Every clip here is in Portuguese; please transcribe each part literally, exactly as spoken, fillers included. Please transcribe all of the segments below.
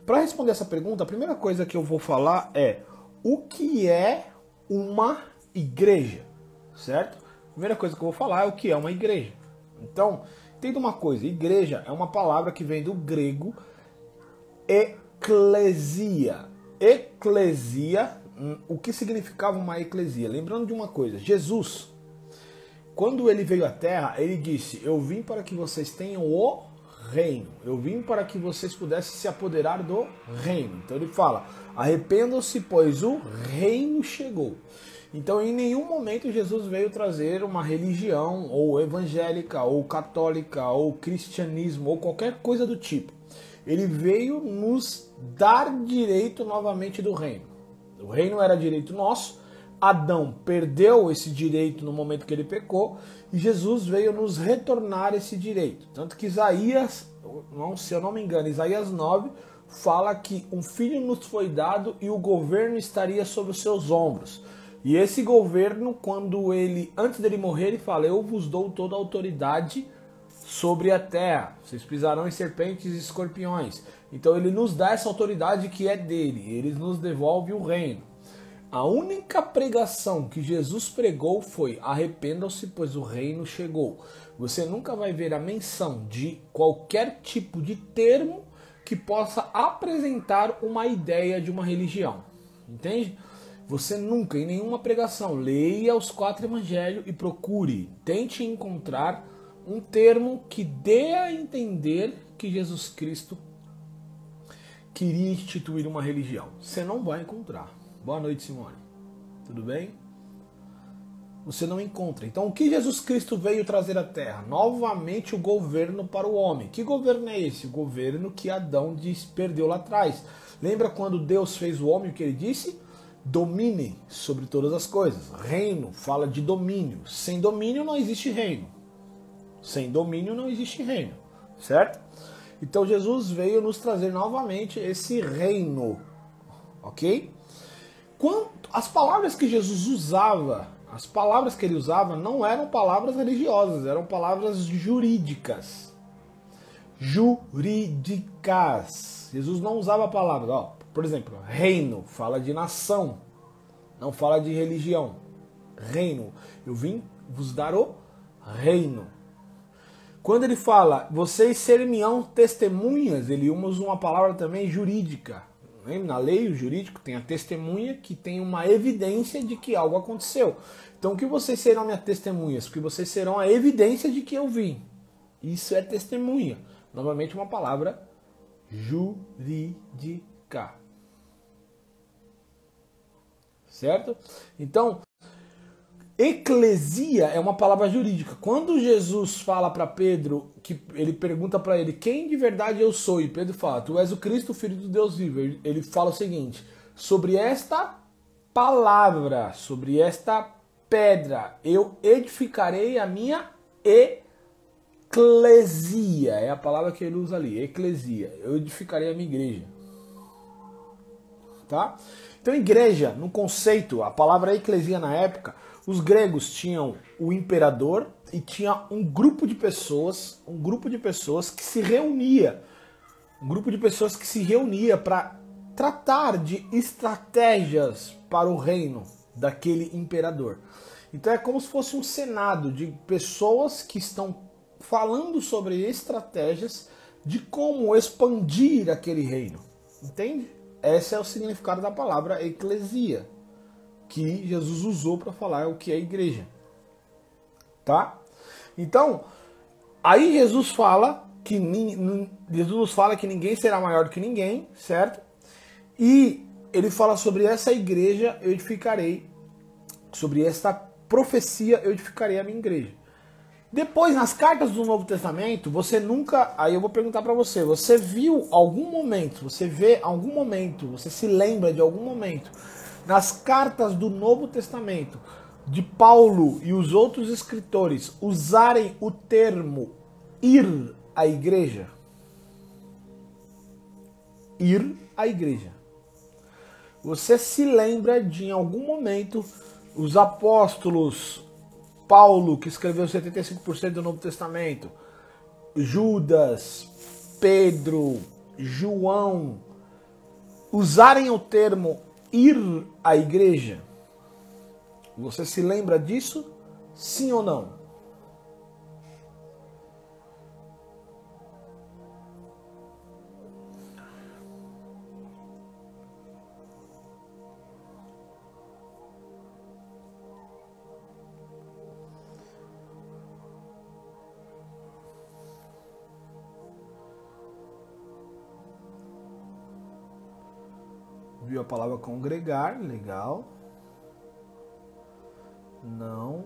para responder essa pergunta, a primeira coisa que eu vou falar é o que é uma igreja, certo? A primeira coisa que eu vou falar é o que é uma igreja. Então, entenda uma coisa, igreja é uma palavra que vem do grego eclesia. Eclesia, o que significava uma eclesia? Lembrando de uma coisa, Jesus, quando ele veio à Terra, ele disse, eu vim para que vocês tenham o reino. Eu vim para que vocês pudessem se apoderar do reino. Então ele fala, arrependam-se, pois o reino chegou. Então em nenhum momento Jesus veio trazer uma religião, ou evangélica, ou católica, ou cristianismo, ou qualquer coisa do tipo. Ele veio nos dar direito novamente do reino. O reino era direito nosso, Adão perdeu esse direito no momento que ele pecou, e Jesus veio nos retornar esse direito. Tanto que Isaías, não, se eu não me engano, Isaías nove, fala que um filho nos foi dado e o governo estaria sobre os seus ombros. E esse governo, quando ele, antes dele morrer, ele fala, eu vos dou toda a autoridade sobre a terra, vocês pisarão em serpentes e escorpiões. Então ele nos dá essa autoridade que é dele, ele nos devolve o reino. A única pregação que Jesus pregou foi arrependam-se, pois o reino chegou. Você nunca vai ver a menção de qualquer tipo de termo que possa apresentar uma ideia de uma religião. Entende? Você nunca, em nenhuma pregação, leia os quatro evangelhos e procure, tente encontrar um termo que dê a entender que Jesus Cristo queria instituir uma religião. Você não vai encontrar. Boa noite, Simone. Tudo bem? Você não encontra. Então, o que Jesus Cristo veio trazer à Terra? Novamente o governo para o homem. Que governo é esse? O governo que Adão disse, perdeu lá atrás. Lembra quando Deus fez o homem, o que ele disse? Domine sobre todas as coisas. Reino fala de domínio. Sem domínio não existe reino. Sem domínio não existe reino. Certo? Então, Jesus veio nos trazer novamente esse reino. Ok? Quanto, as palavras que Jesus usava, as palavras que ele usava não eram palavras religiosas, eram palavras jurídicas. Jurídicas. Jesus não usava palavras, ó, por exemplo, reino, fala de nação, não fala de religião. Reino, eu vim vos dar o reino. Quando ele fala, vocês ser-me-ão testemunhas, ele usa uma palavra também jurídica. Na lei, o jurídico tem a testemunha que tem uma evidência de que algo aconteceu. Então, o que vocês serão minhas testemunhas? Porque vocês serão a evidência de que eu vim. Isso é testemunha. Novamente, uma palavra jurídica. Certo? Então, eclesia é uma palavra jurídica. Quando Jesus fala para Pedro, que ele pergunta para ele, quem de verdade eu sou? E Pedro fala, tu és o Cristo, filho do Deus vivo. Ele fala o seguinte, sobre esta palavra, sobre esta pedra, eu edificarei a minha eclesia. É a palavra que ele usa ali, eclesia. Eu edificarei a minha igreja. Tá? Então, igreja, no conceito, a palavra eclesia na época, os gregos tinham o imperador e tinha um grupo de pessoas, um grupo de pessoas que se reunia, um grupo de pessoas que se reunia para tratar de estratégias para o reino daquele imperador. Então é como se fosse um senado de pessoas que estão falando sobre estratégias de como expandir aquele reino. Entende? Esse é o significado da palavra eclesia, que Jesus usou para falar o que é igreja. Tá? Então, aí Jesus fala que Jesus nos fala que ninguém será maior do que ninguém, certo? E ele fala sobre essa igreja eu edificarei, sobre esta profecia eu edificarei a minha igreja. Depois, nas cartas do Novo Testamento, você nunca... Aí eu vou perguntar para você, você viu algum momento, você vê algum momento, você se lembra de algum momento, nas cartas do Novo Testamento, de Paulo e os outros escritores usarem o termo ir à igreja? Ir à igreja. Você se lembra de, em algum momento, os apóstolos, Paulo, que escreveu setenta e cinco por cento do Novo Testamento, Judas, Pedro, João, usarem o termo ir à igreja? Você se lembra disso? Sim ou não? Viu a palavra congregar? Legal. Não.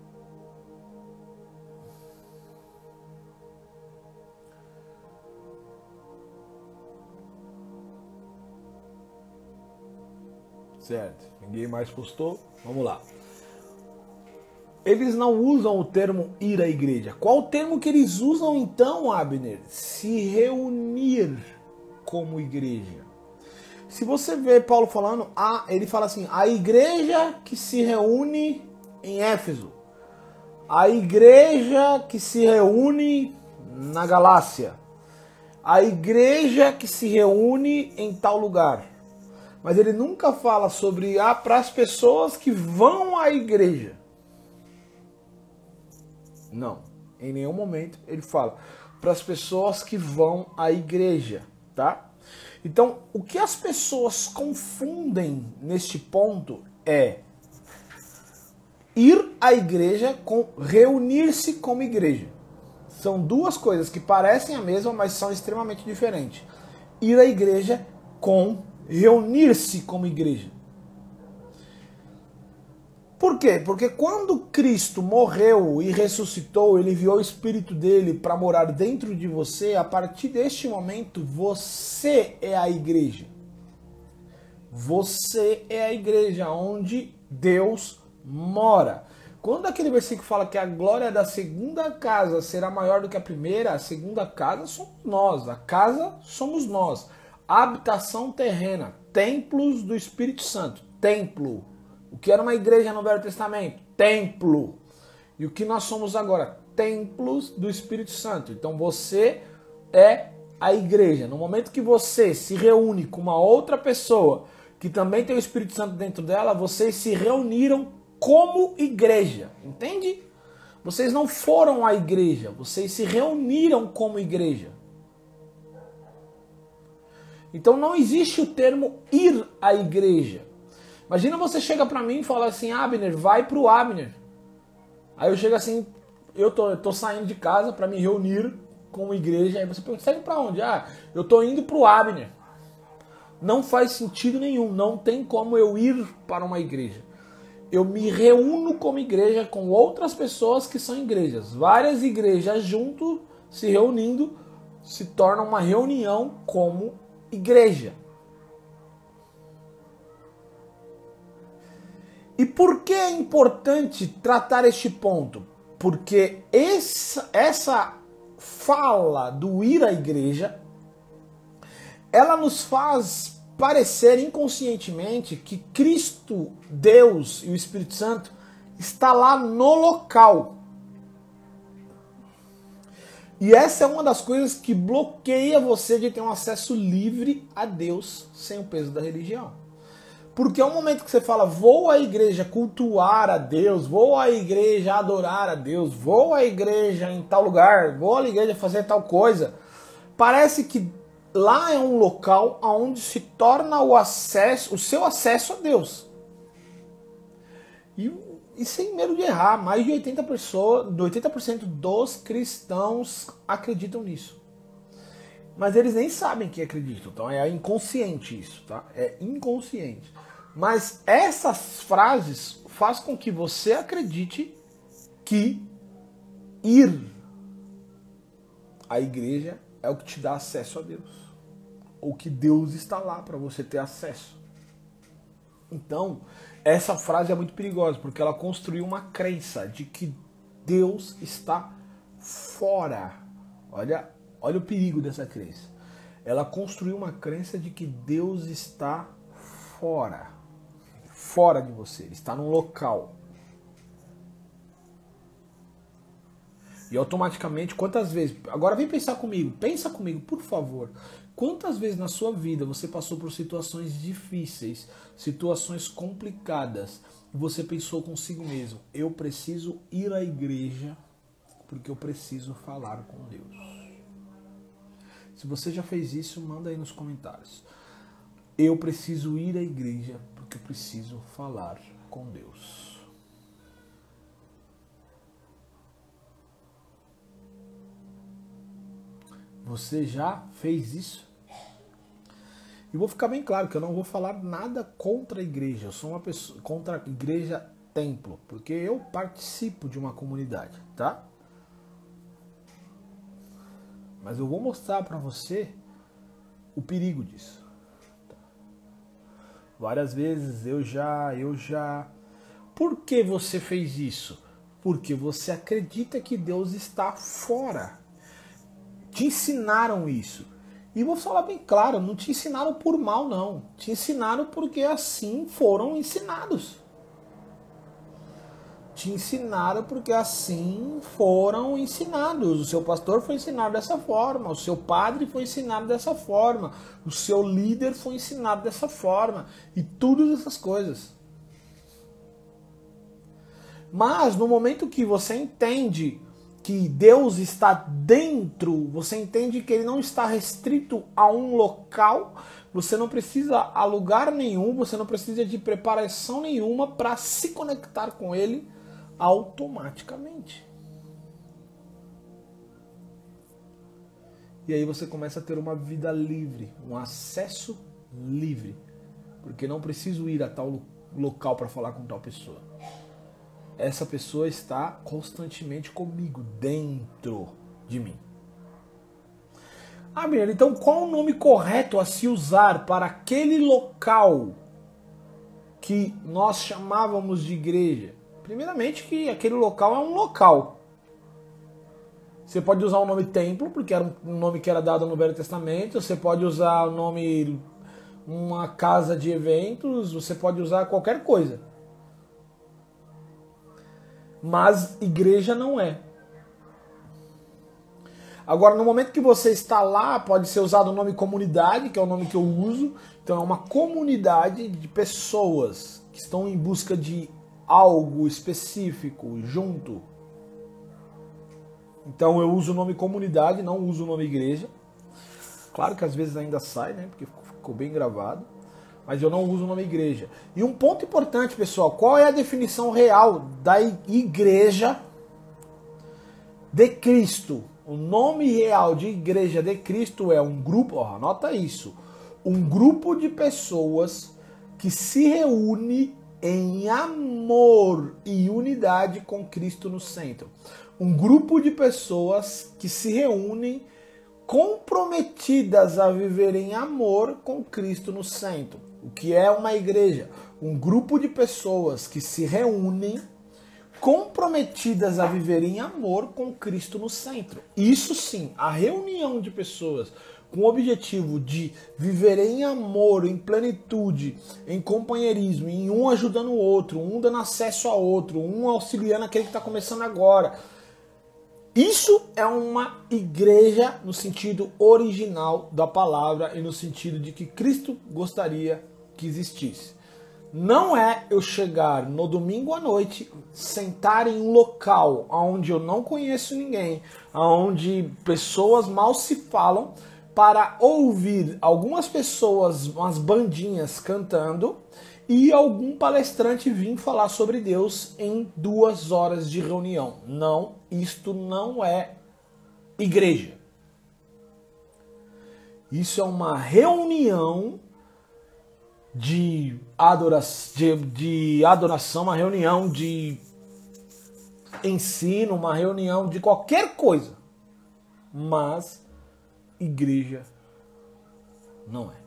Certo. Ninguém mais postou? Vamos lá. Eles não usam o termo ir à igreja. Qual o termo que eles usam então, Abner? Se reunir como igreja. Se você vê Paulo falando, ah, ele fala assim, a igreja que se reúne em Éfeso, a igreja que se reúne na Galácia, a igreja que se reúne em tal lugar. Mas ele nunca fala sobre ah, para as pessoas que vão à igreja. Não, em nenhum momento ele fala para as pessoas que vão à igreja, tá? Então, o que as pessoas confundem neste ponto é ir à igreja com reunir-se como igreja. São duas coisas que parecem a mesma, mas são extremamente diferentes. Ir à igreja com reunir-se como igreja. Por quê? Porque quando Cristo morreu e ressuscitou, ele enviou o Espírito dele para morar dentro de você, a partir deste momento você é a igreja. Você é a igreja onde Deus mora. Quando aquele versículo fala que a glória da segunda casa será maior do que a primeira, a segunda casa somos nós, a casa somos nós. A habitação terrena, templos do Espírito Santo, templo. O que era uma igreja no Velho Testamento? Templo. E o que nós somos agora? Templos do Espírito Santo. Então você é a igreja. No momento que você se reúne com uma outra pessoa que também tem o Espírito Santo dentro dela, vocês se reuniram como igreja. Entende? Vocês não foram à igreja, vocês se reuniram como igreja. Então não existe o termo ir à igreja. Imagina você chega pra mim e fala assim, Abner, vai pro Abner. Aí eu chego assim, eu tô, eu tô saindo de casa pra me reunir com a igreja. Aí você pergunta, sai pra onde? Ah, eu tô indo pro Abner. Não faz sentido nenhum, não tem como eu ir para uma igreja. Eu me reúno como igreja com outras pessoas que são igrejas. Várias igrejas junto, se reunindo, se torna uma reunião como igreja. E por que é importante tratar este ponto? Porque essa, essa fala do ir à igreja, ela nos faz parecer inconscientemente que Cristo, Deus e o Espírito Santo está lá no local. E essa é uma das coisas que bloqueia você de ter um acesso livre a Deus sem o peso da religião. Porque é um momento que você fala, vou à igreja cultuar a Deus, vou à igreja adorar a Deus, vou à igreja em tal lugar, vou à igreja fazer tal coisa. Parece que lá é um local onde se torna o acesso, o seu acesso a Deus. E, e sem medo de errar, mais de oitenta por cento, oitenta por cento dos cristãos acreditam nisso. Mas eles nem sabem que acreditam, então é inconsciente isso, tá? É inconsciente. Mas essas frases fazem com que você acredite que ir à igreja é o que te dá acesso a Deus. Ou que Deus está lá para você ter acesso. Então, essa frase é muito perigosa, porque ela construiu uma crença de que Deus está fora. Olha, olha o perigo dessa crença. Ela construiu uma crença de que Deus está fora. Fora de você. Ele está num local. E automaticamente, quantas vezes... Agora vem pensar comigo. Pensa comigo, por favor. Quantas vezes na sua vida você passou por situações difíceis, situações complicadas, e você pensou consigo mesmo, eu preciso ir à igreja porque eu preciso falar com Deus? Se você já fez isso, manda aí nos comentários. Eu preciso ir à igreja porque eu preciso falar com Deus. Você já fez isso? E vou ficar bem claro que eu não vou falar nada contra a igreja. Eu sou uma pessoa contra a igreja templo, porque eu participo de uma comunidade, tá? Mas eu vou mostrar para você o perigo disso. Várias vezes eu já, eu já... Por que você fez isso? Porque você acredita que Deus está fora. Te ensinaram isso. E vou falar bem claro, não te ensinaram por mal, não. Te ensinaram porque assim foram ensinados. Te ensinaram porque assim foram ensinados. O seu pastor foi ensinado dessa forma, o seu padre foi ensinado dessa forma, o seu líder foi ensinado dessa forma, e tudo essas coisas. Mas no momento que você entende que Deus está dentro, você entende que Ele não está restrito a um local, você não precisa a lugar nenhum, você não precisa de preparação nenhuma para se conectar com Ele automaticamente. E aí você começa a ter uma vida livre, um acesso livre, porque não preciso ir a tal local para falar com tal pessoa. Essa pessoa está constantemente comigo, dentro de mim. Ah, Mirella, então qual o nome correto a se usar para aquele local que nós chamávamos de igreja? Primeiramente que aquele local é um local. Você pode usar o nome templo, porque era um nome que era dado no Velho Testamento. Você pode usar o nome uma casa de eventos. Você pode usar qualquer coisa. Mas igreja não é. Agora, no momento que você está lá, pode ser usado o nome comunidade, que é o nome que eu uso. Então, é uma comunidade de pessoas que estão em busca de algo específico, junto. Então, eu uso o nome comunidade, não uso o nome igreja. Claro que às vezes ainda sai, né? Porque ficou bem gravado. Mas eu não uso o nome igreja. E um ponto importante, pessoal, qual é a definição real da igreja de Cristo? O nome real de igreja de Cristo é um grupo, ó, anota isso, um grupo de pessoas que se reúne em amor e unidade com Cristo no centro. Um grupo de pessoas que se reúnem comprometidas a viver em amor com Cristo no centro. O que é uma igreja? Um grupo de pessoas que se reúnem comprometidas a viver em amor com Cristo no centro. Isso sim, a reunião de pessoas com o objetivo de viver em amor, em plenitude, em companheirismo, em um ajudando o outro, um dando acesso ao outro, um auxiliando aquele que está começando agora. Isso é uma igreja no sentido original da palavra e no sentido de que Cristo gostaria que existisse. Não é eu chegar no domingo à noite, sentar em um local onde eu não conheço ninguém, onde pessoas mal se falam, para ouvir algumas pessoas, umas bandinhas cantando e algum palestrante vir falar sobre Deus em duas horas de reunião. Não, isto não é igreja. Isso é uma reunião de, adora de, de adoração, uma reunião de ensino, uma reunião de qualquer coisa. Mas igreja não é.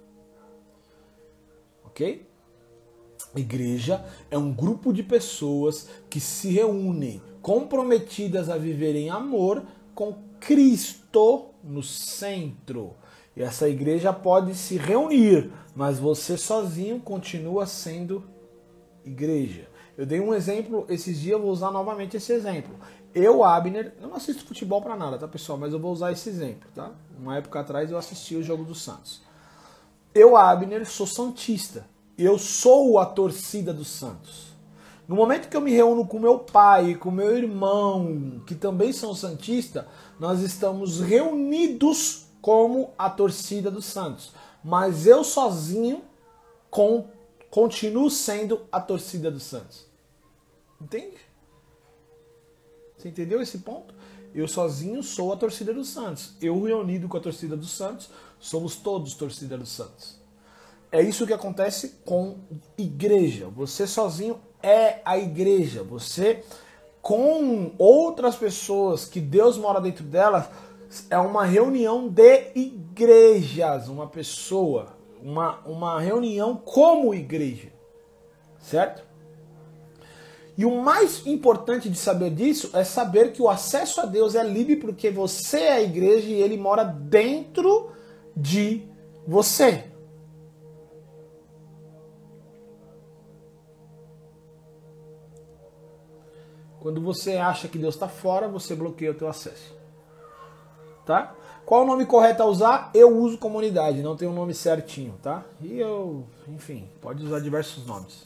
Ok? Igreja é um grupo de pessoas que se reúnem comprometidas a viver em amor com Cristo no centro. E essa igreja pode se reunir, mas você sozinho continua sendo igreja. Eu dei um exemplo esses dias, eu vou usar novamente esse exemplo. Eu, Abner, eu não assisto futebol pra nada, tá, pessoal? Mas eu vou usar esse exemplo, tá? Uma época atrás eu assisti o jogo do Santos. Eu, Abner, sou santista. Eu sou a torcida do Santos. No momento que eu me reúno com meu pai, com meu irmão, que também são santistas, nós estamos reunidos como a torcida do Santos. Mas eu sozinho com, continuo sendo a torcida do Santos. Entende? Você entendeu esse ponto? Eu sozinho sou a torcida do Santos. Eu reunido com a torcida do Santos, somos todos torcida do Santos. É isso que acontece com igreja. Você sozinho é a igreja. Você, com outras pessoas que Deus mora dentro delas, é uma reunião de igrejas. Uma pessoa, uma, uma reunião como igreja. Certo? E o mais importante de saber disso é saber que o acesso a Deus é livre porque você é a igreja e Ele mora dentro de você. Quando você acha que Deus está fora, você bloqueia o teu acesso. Tá? Qual o nome correto a usar? Eu uso comunidade, não tem um nome certinho, tá? E eu, enfim, pode usar diversos nomes.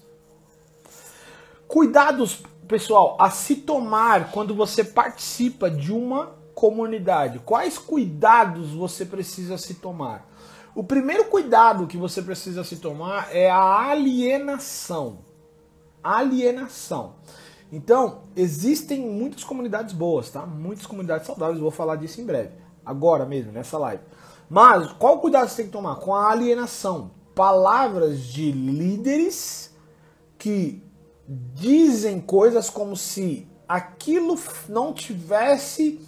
Cuidados, pessoal, a se tomar quando você participa de uma comunidade. Quais cuidados você precisa se tomar? O primeiro cuidado que você precisa se tomar é a alienação. Alienação. Então, existem muitas comunidades boas, tá? Muitas comunidades saudáveis, vou falar disso em breve. Agora mesmo, nessa live. Mas, qual cuidado você tem que tomar? Com a alienação. Palavras de líderes que dizem coisas como se aquilo não tivesse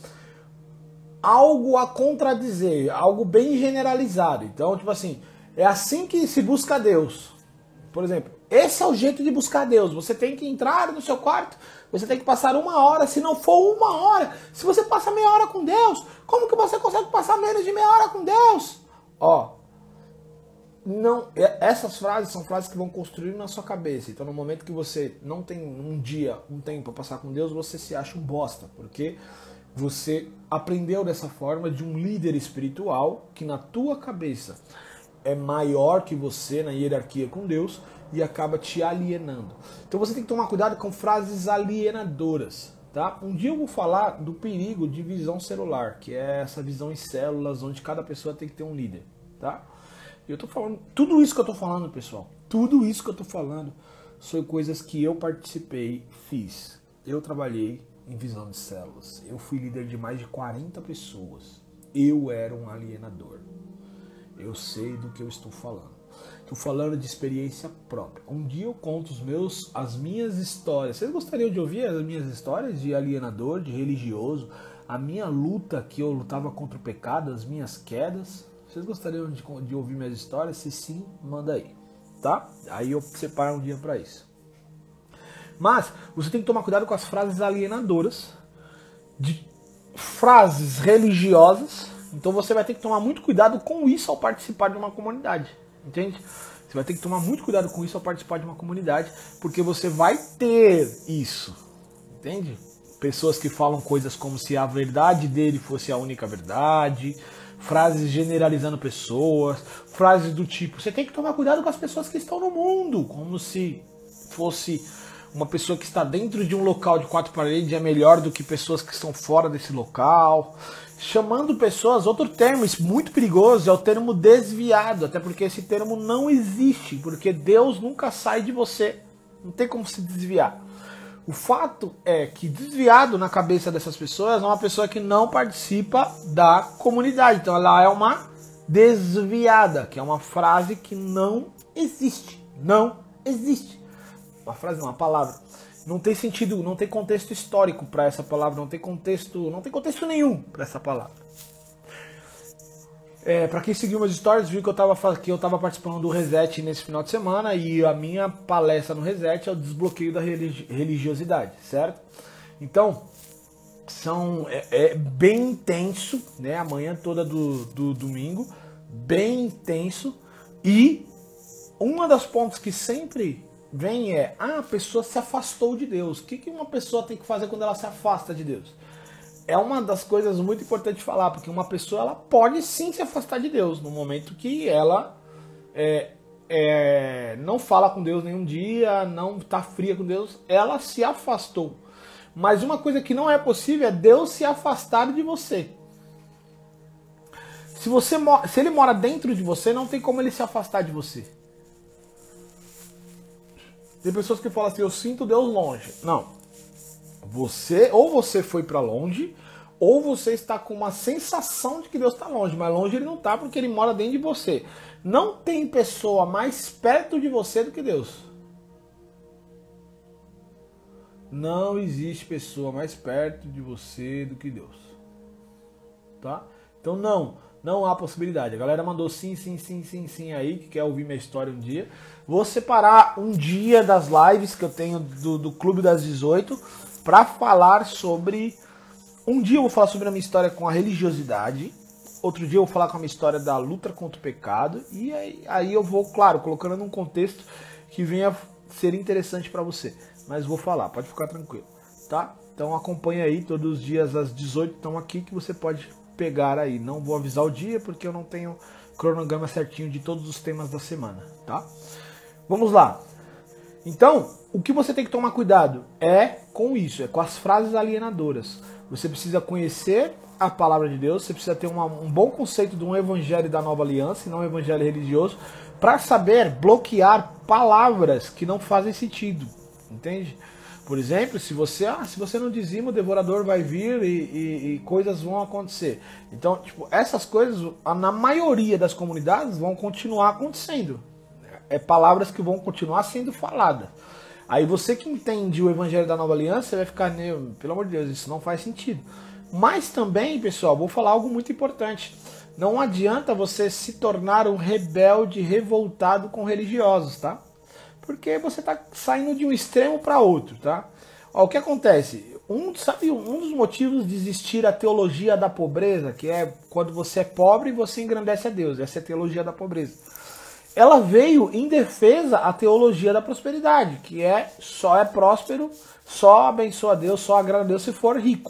algo a contradizer, algo bem generalizado. Então, tipo assim, é assim que se busca Deus. Por exemplo, esse é o jeito de buscar Deus. Você tem que entrar no seu quarto, você tem que passar uma hora, se não for uma hora. Se você passa meia hora com Deus, como que você consegue passar menos de meia hora com Deus? Ó, não, essas frases são frases que vão construir na sua cabeça. Então, no momento que você não tem um dia, um tempo para passar com Deus, você se acha um bosta, porque você aprendeu dessa forma de um líder espiritual que na tua cabeça é maior que você na hierarquia com Deus e acaba te alienando. Então você tem que tomar cuidado com frases alienadoras, tá? Um dia eu vou falar do perigo de visão celular, que é essa visão em células onde cada pessoa tem que ter um líder, tá? Eu tô falando, tudo isso que eu tô falando, pessoal, tudo isso que eu tô falando são coisas que eu participei, fiz. Eu trabalhei em visão de células. Eu fui líder de mais de quarenta pessoas. Eu era um alienador. Eu sei do que eu estou falando. Estou falando de experiência própria. Um dia eu conto os meus, as minhas histórias. Vocês gostariam de ouvir as minhas histórias de alienador, de religioso? A minha luta, que eu lutava contra o pecado, as minhas quedas? Vocês gostariam de, de ouvir minhas histórias? Se sim, manda aí, tá? Aí eu separo um dia para isso. Mas você tem que tomar cuidado com as frases alienadoras, de frases religiosas. Então você vai ter que tomar muito cuidado com isso ao participar de uma comunidade, entende? Você vai ter que tomar muito cuidado com isso ao participar de uma comunidade, porque você vai ter isso, entende? Pessoas que falam coisas como se a verdade dele fosse a única verdade, frases generalizando pessoas, frases do tipo, você tem que tomar cuidado com as pessoas que estão no mundo, como se fosse uma pessoa que está dentro de um local de quatro paredes é melhor do que pessoas que estão fora desse local. Chamando pessoas, outro termo muito perigoso é o termo desviado, até porque esse termo não existe, porque Deus nunca sai de você, não tem como se desviar. O fato é que desviado na cabeça dessas pessoas é uma pessoa que não participa da comunidade, então ela é uma desviada, que é uma frase que não existe, não existe. Uma frase não, uma palavra. Não tem sentido, não tem contexto histórico para essa palavra, não tem contexto, não tem contexto nenhum para essa palavra. É, para quem seguiu meus stories, viu que eu estava que eu tava participando do Reset nesse final de semana e a minha palestra no Reset é o desbloqueio da religi- religiosidade, certo? Então, são, é, é bem intenso, né? A manhã toda do, do domingo, bem intenso. E uma das pontos que sempre vem é, ah, a pessoa se afastou de Deus. O que, que uma pessoa tem que fazer quando ela se afasta de Deus? É uma das coisas muito importantes de falar, porque uma pessoa ela pode sim se afastar de Deus no momento que ela é, é, não fala com Deus nenhum dia, não está fria com Deus, ela se afastou. Mas uma coisa que não é possível é Deus se afastar de você. Se, você, se ele mora dentro de você, não tem como ele se afastar de você. Tem pessoas que falam assim, eu sinto Deus longe. Não. Você, ou você foi para longe, ou você está com uma sensação de que Deus está longe, mas longe ele não está porque ele mora dentro de você. Não tem pessoa mais perto de você do que Deus. Não existe pessoa mais perto de você do que Deus. Tá? Então não, não há possibilidade. A galera mandou sim, sim, sim, sim, sim aí, que quer ouvir minha história um dia. Vou separar um dia das lives que eu tenho do, do Clube das dezoito para falar sobre... Um dia eu vou falar sobre a minha história com a religiosidade, outro dia eu vou falar com a minha história da luta contra o pecado, e aí, aí eu vou, claro, colocando num contexto que venha ser interessante para você. Mas vou falar, pode ficar tranquilo, tá? Então acompanha aí, todos os dias às dezoito estão aqui que você pode pegar aí. Não vou avisar o dia porque eu não tenho cronograma certinho de todos os temas da semana, tá? Vamos lá. Então, o que você tem que tomar cuidado é com isso, é com as frases alienadoras. Você precisa conhecer a palavra de Deus, você precisa ter uma, um bom conceito de um evangelho da nova aliança, e não um evangelho religioso, para saber bloquear palavras que não fazem sentido, entende? Por exemplo, se você, ah, se você não dizima, o devorador vai vir e, e, e coisas vão acontecer. Então, tipo, essas coisas, na maioria das comunidades, vão continuar acontecendo. É palavras que vão continuar sendo faladas. Aí você que entende o Evangelho da Nova Aliança, você vai ficar, pelo amor de Deus, isso não faz sentido. Mas também, pessoal, vou falar algo muito importante. Não adianta você se tornar um rebelde revoltado com religiosos, tá? Porque você está saindo de um extremo para outro, tá? Ó, o que acontece? Um, sabe, um dos motivos de existir a teologia da pobreza, que é quando você é pobre e você engrandece a Deus. Essa é a teologia da pobreza. Ela veio em defesa à teologia da prosperidade, que é só é próspero, só abençoa a Deus, só agrada a Deus se for rico.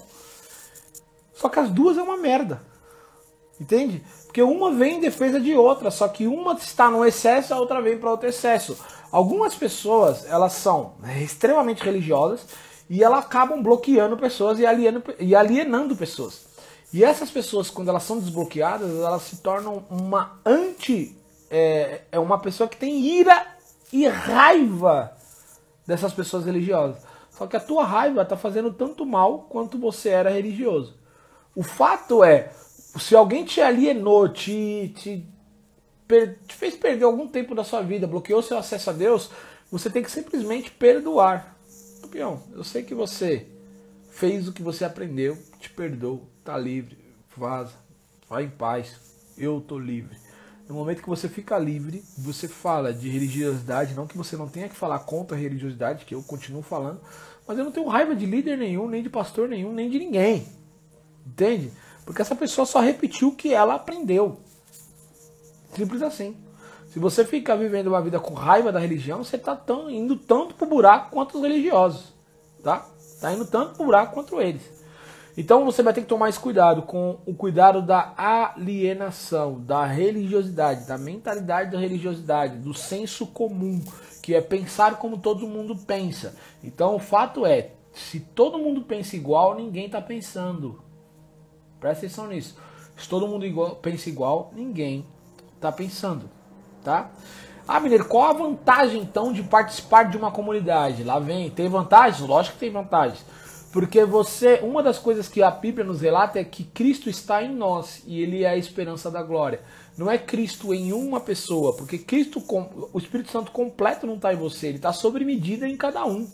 Só que as duas é uma merda. Entende? Porque uma vem em defesa de outra, só que uma está no excesso, a outra vem para outro excesso. Algumas pessoas, elas são extremamente religiosas e elas acabam bloqueando pessoas e alienando, e alienando pessoas. E essas pessoas, quando elas são desbloqueadas, elas se tornam uma anti É, é uma pessoa que tem ira e raiva dessas pessoas religiosas. Só que a tua raiva está fazendo tanto mal quanto você era religioso. O fato é, se alguém te alienou, te, te, per, te fez perder algum tempo da sua vida, bloqueou seu acesso a Deus, você tem que simplesmente perdoar. Campeão, eu sei que você fez o que você aprendeu, te perdoou, tá livre, vaza, vai em paz, eu tô livre. No momento que você fica livre, você fala de religiosidade, não que você não tenha que falar contra a religiosidade, que eu continuo falando, mas eu não tenho raiva de líder nenhum, nem de pastor nenhum, nem de ninguém. Entende? Porque essa pessoa só repetiu o que ela aprendeu. Simples assim. Se você ficar vivendo uma vida com raiva da religião, você está indo tanto pro buraco quanto os religiosos. Tá? Tá indo tanto pro buraco quanto eles. Então você vai ter que tomar esse cuidado com o cuidado da alienação, da religiosidade, da mentalidade da religiosidade, do senso comum, que é pensar como todo mundo pensa. Então o fato é, se todo mundo pensa igual, ninguém está pensando. Presta atenção nisso. Se todo mundo igual, pensa igual, ninguém está pensando. Tá? Ah, Mineiro, qual a vantagem então de participar de uma comunidade? Lá vem, tem vantagens? Lógico que tem vantagens. Porque você, uma das coisas que a Bíblia nos relata é que Cristo está em nós e Ele é a esperança da glória. Não é Cristo em uma pessoa, porque Cristo, o Espírito Santo completo não está em você, ele está sobre medida em cada um.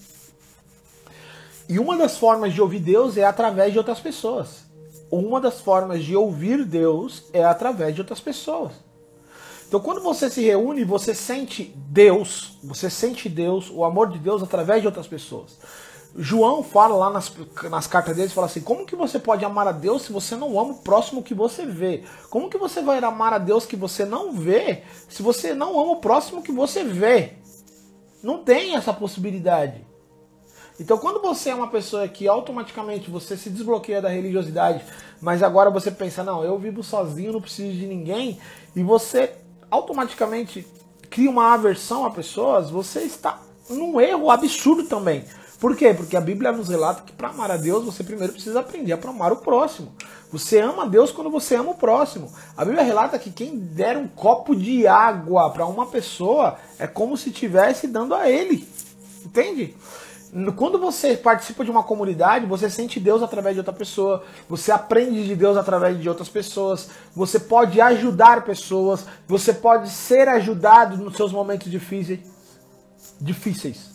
E uma das formas de ouvir Deus é através de outras pessoas. Uma das formas de ouvir Deus é através de outras pessoas. Então quando você se reúne, você sente Deus, você sente Deus, o amor de Deus através de outras pessoas. João fala lá nas, nas cartas dele, fala assim, como que você pode amar a Deus se você não ama o próximo que você vê? Como que você vai amar a Deus que você não vê se você não ama o próximo que você vê? Não tem essa possibilidade. Então, quando você é uma pessoa que automaticamente você se desbloqueia da religiosidade, mas agora você pensa, não, eu vivo sozinho, não preciso de ninguém, e você automaticamente cria uma aversão a pessoas, você está num erro absurdo também. Por quê? Porque a Bíblia nos relata que para amar a Deus, você primeiro precisa aprender a amar o próximo. Você ama a Deus quando você ama o próximo. A Bíblia relata que quem der um copo de água para uma pessoa é como se estivesse dando a ele. Entende? Quando você participa de uma comunidade, você sente Deus através de outra pessoa, você aprende de Deus através de outras pessoas, você pode ajudar pessoas, você pode ser ajudado nos seus momentos difíceis. difíceis.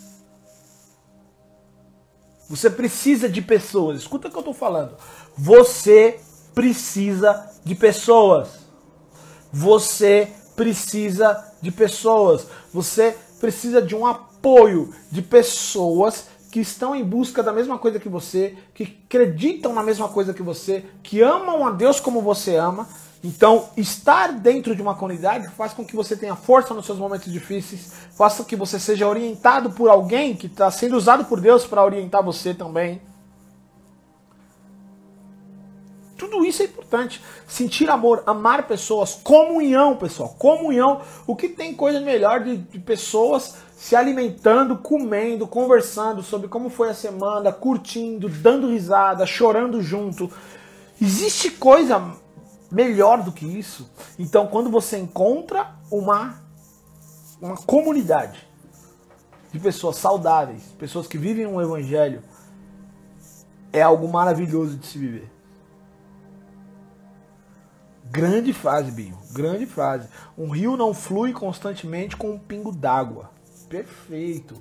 Você precisa de pessoas. Escuta o que eu estou falando. Você precisa de pessoas. Você precisa de pessoas. Você precisa de um apoio de pessoas que estão em busca da mesma coisa que você, que acreditam na mesma coisa que você, que amam a Deus como você ama. Então, estar dentro de uma comunidade faz com que você tenha força nos seus momentos difíceis, faça com que você seja orientado por alguém que está sendo usado por Deus para orientar você também. Tudo isso é importante. Sentir amor, amar pessoas, comunhão, pessoal, comunhão. O que tem coisa melhor de, de pessoas se alimentando, comendo, conversando sobre como foi a semana, curtindo, dando risada, chorando junto. Existe coisa melhor do que isso. Então, quando você encontra uma, uma comunidade de pessoas saudáveis, pessoas que vivem um evangelho, é algo maravilhoso de se viver. Grande frase, Binho. Grande frase. Um rio não flui constantemente com um pingo d'água. Perfeito.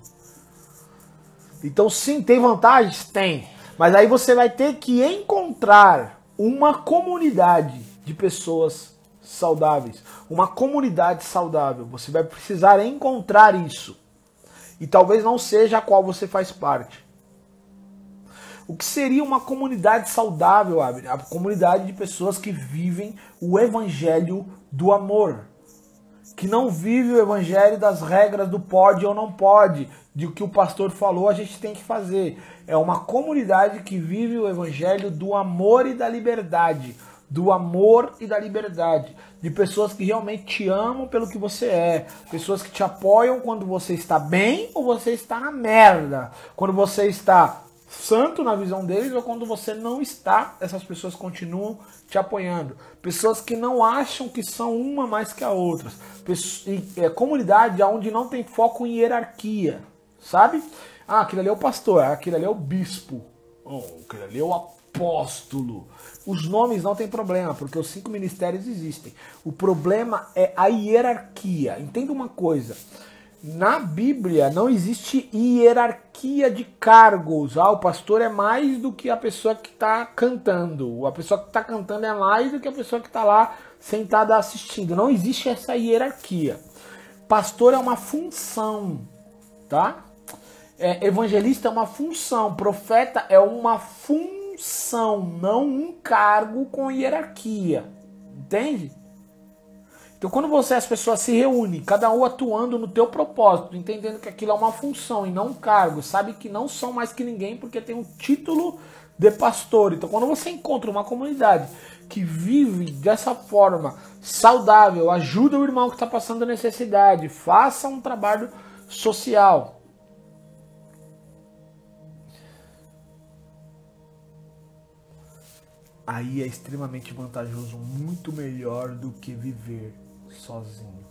Então, sim, tem vantagens? Tem. Mas aí você vai ter que encontrar uma comunidade de pessoas saudáveis. Uma comunidade saudável. Você vai precisar encontrar isso. E talvez não seja a qual você faz parte. O que seria uma comunidade saudável, Abner? A comunidade de pessoas que vivem o evangelho do amor. Que não vive o evangelho das regras do pode ou não pode, de o que o pastor falou a gente tem que fazer. É uma comunidade que vive o evangelho do amor e da liberdade. Do amor e da liberdade. De pessoas que realmente te amam pelo que você é. Pessoas que te apoiam quando você está bem ou você está na merda. Quando você está santo na visão deles ou quando você não está, essas pessoas continuam te apoiando. Pessoas que não acham que são uma mais que a outra. É, comunidade onde não tem foco em hierarquia, sabe? Ah, aquele ali é o pastor, aquele ali é o bispo, oh, aquele ali é o apóstolo. Os nomes não tem problema, porque os cinco ministérios existem. O problema é a hierarquia. Entenda uma coisa. Na Bíblia não existe hierarquia de cargos. Ah, o pastor é mais do que a pessoa que está cantando. A pessoa que está cantando é mais do que a pessoa que está lá sentada assistindo. Não existe essa hierarquia. Pastor é uma função, tá? É, evangelista é uma função. Profeta é uma função, não um cargo com hierarquia. Entende? Então, quando você as pessoas se reúnem, cada um atuando no teu propósito, entendendo que aquilo é uma função e não um cargo, sabe que não são mais que ninguém porque tem um título de pastor. Então, quando você encontra uma comunidade que vive dessa forma saudável, ajuda o irmão que está passando necessidade, faça um trabalho social. Aí é extremamente vantajoso, muito melhor do que viver sozinho.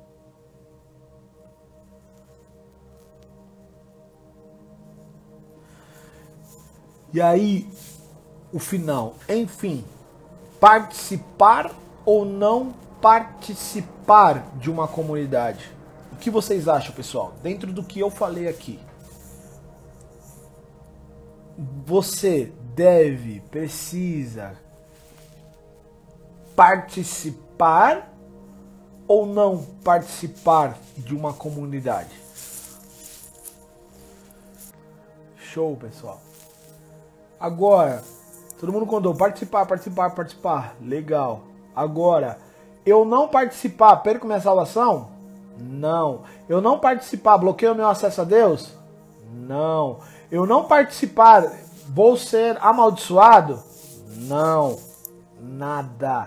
E aí, o final. Enfim, participar ou não participar de uma comunidade? O que vocês acham, pessoal? Dentro do que eu falei aqui. Você deve, precisa participar ou não participar de uma comunidade? Show, pessoal. Agora, todo mundo contou participar, participar, participar. Legal. Agora, eu não participar, perco minha salvação? Não. Eu não participar, bloqueio o meu acesso a Deus? Não. Eu não participar, vou ser amaldiçoado? Não. Nada.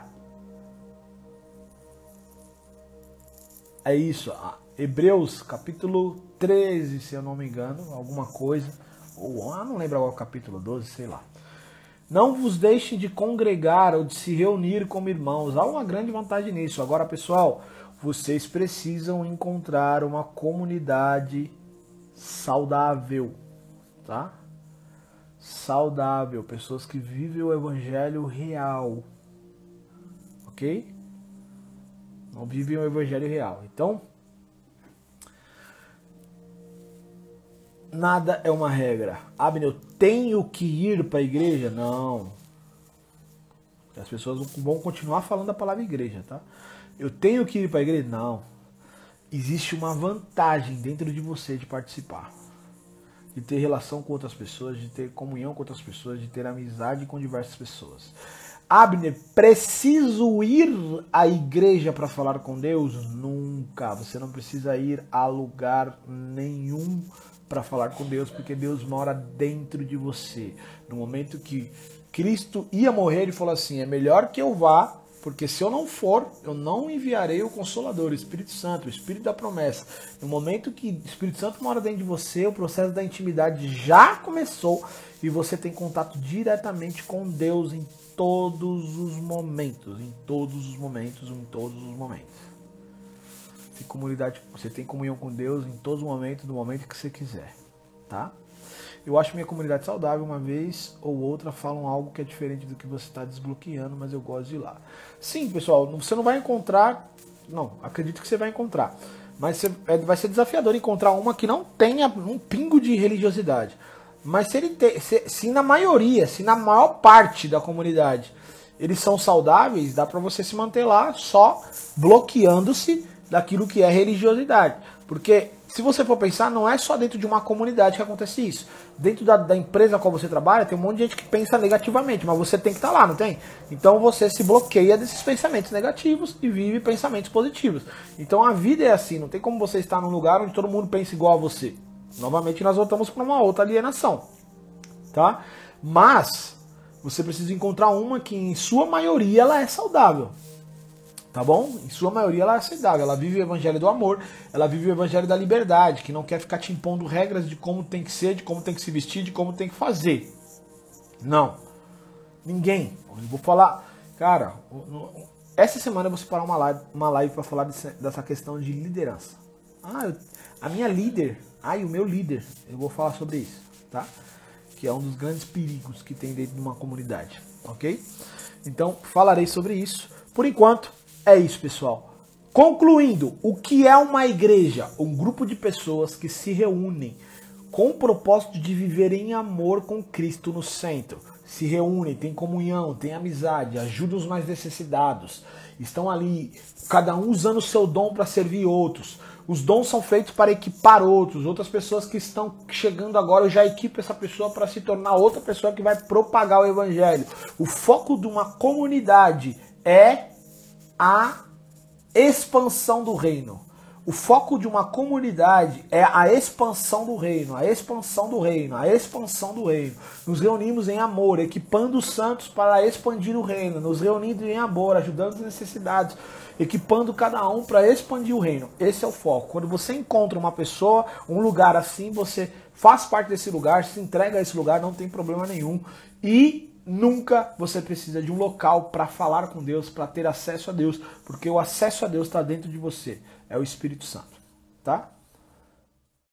É isso. Hebreus capítulo treze, se eu não me engano, alguma coisa. Ou ah, não lembro agora o capítulo doze, sei lá. Não vos deixem de congregar ou de se reunir como irmãos. Há uma grande vantagem nisso. Agora, pessoal, vocês precisam encontrar uma comunidade saudável, tá? Saudável, pessoas que vivem o evangelho real, ok? Não vivem o evangelho real. Então, nada é uma regra. Abner, eu tenho que ir para a igreja? Não. As pessoas vão continuar falando a palavra igreja, tá? Eu tenho que ir para a igreja? Não. Existe uma vantagem dentro de você de participar. De ter relação com outras pessoas, de ter comunhão com outras pessoas, de ter amizade com diversas pessoas. Abner, preciso ir à igreja para falar com Deus? Nunca. Você não precisa ir a lugar nenhum para falar com Deus, porque Deus mora dentro de você. No momento que Cristo ia morrer, ele falou assim, é melhor que eu vá, porque se eu não for, eu não enviarei o Consolador, o Espírito Santo, o Espírito da promessa. No momento que o Espírito Santo mora dentro de você, o processo da intimidade já começou e você tem contato diretamente com Deus em todos os momentos, em todos os momentos, em todos os momentos. Tem comunidade, você tem comunhão com Deus em todos os momentos, do momento que você quiser, tá? Eu acho minha comunidade saudável, uma vez ou outra falam algo que é diferente do que você está desbloqueando, mas eu gosto de ir lá. Sim, pessoal, você não vai encontrar, não, acredito que você vai encontrar, mas você, é, vai ser desafiador encontrar uma que não tenha um pingo de religiosidade. Mas se, ele te, se, se na maioria, se na maior parte da comunidade eles são saudáveis, dá para você se manter lá só bloqueando-se daquilo que é religiosidade. Porque se você for pensar, não é só dentro de uma comunidade que acontece isso. Dentro da, da empresa na qual você trabalha, tem um monte de gente que pensa negativamente, mas você tem que estar lá, não tem? Então você se bloqueia desses pensamentos negativos e vive pensamentos positivos. Então a vida é assim, não tem como você estar num lugar onde todo mundo pensa igual a você. Novamente nós voltamos para uma outra alienação, tá? Mas você precisa encontrar uma que em sua maioria ela é saudável. Tá bom? Em sua maioria ela é saudável, ela vive o evangelho do amor, ela vive o evangelho da liberdade, que não quer ficar te impondo regras de como tem que ser, de como tem que se vestir, de como tem que fazer. Não. Ninguém. Eu vou falar, cara, essa semana eu vou separar uma live, uma live para falar desse, dessa questão de liderança. Ah, eu, a minha líder, ah, e o meu líder, eu vou falar sobre isso, tá? Que é um dos grandes perigos que tem dentro de uma comunidade, ok? Então, falarei sobre isso. Por enquanto, é isso, pessoal. Concluindo, o que é uma igreja? Um grupo de pessoas que se reúnem com o propósito de viver em amor com Cristo no centro. Se reúnem, tem comunhão, tem amizade, ajudam os mais necessitados. Estão ali, cada um usando o seu dom para servir outros. Os dons são feitos para equipar outros. Outras pessoas que estão chegando agora, eu já equipo essa pessoa para se tornar outra pessoa que vai propagar o evangelho. O foco de uma comunidade é a expansão do reino. O foco de uma comunidade é a expansão do reino, a expansão do reino, a expansão do reino. Nos reunimos em amor, equipando os santos para expandir o reino, nos reunindo em amor, ajudando os necessitados, equipando cada um para expandir o reino. Esse é o foco. Quando você encontra uma pessoa, um lugar assim, você faz parte desse lugar, se entrega a esse lugar, não tem problema nenhum. E nunca você precisa de um local para falar com Deus, para ter acesso a Deus, porque o acesso a Deus está dentro de você, é o Espírito Santo, tá?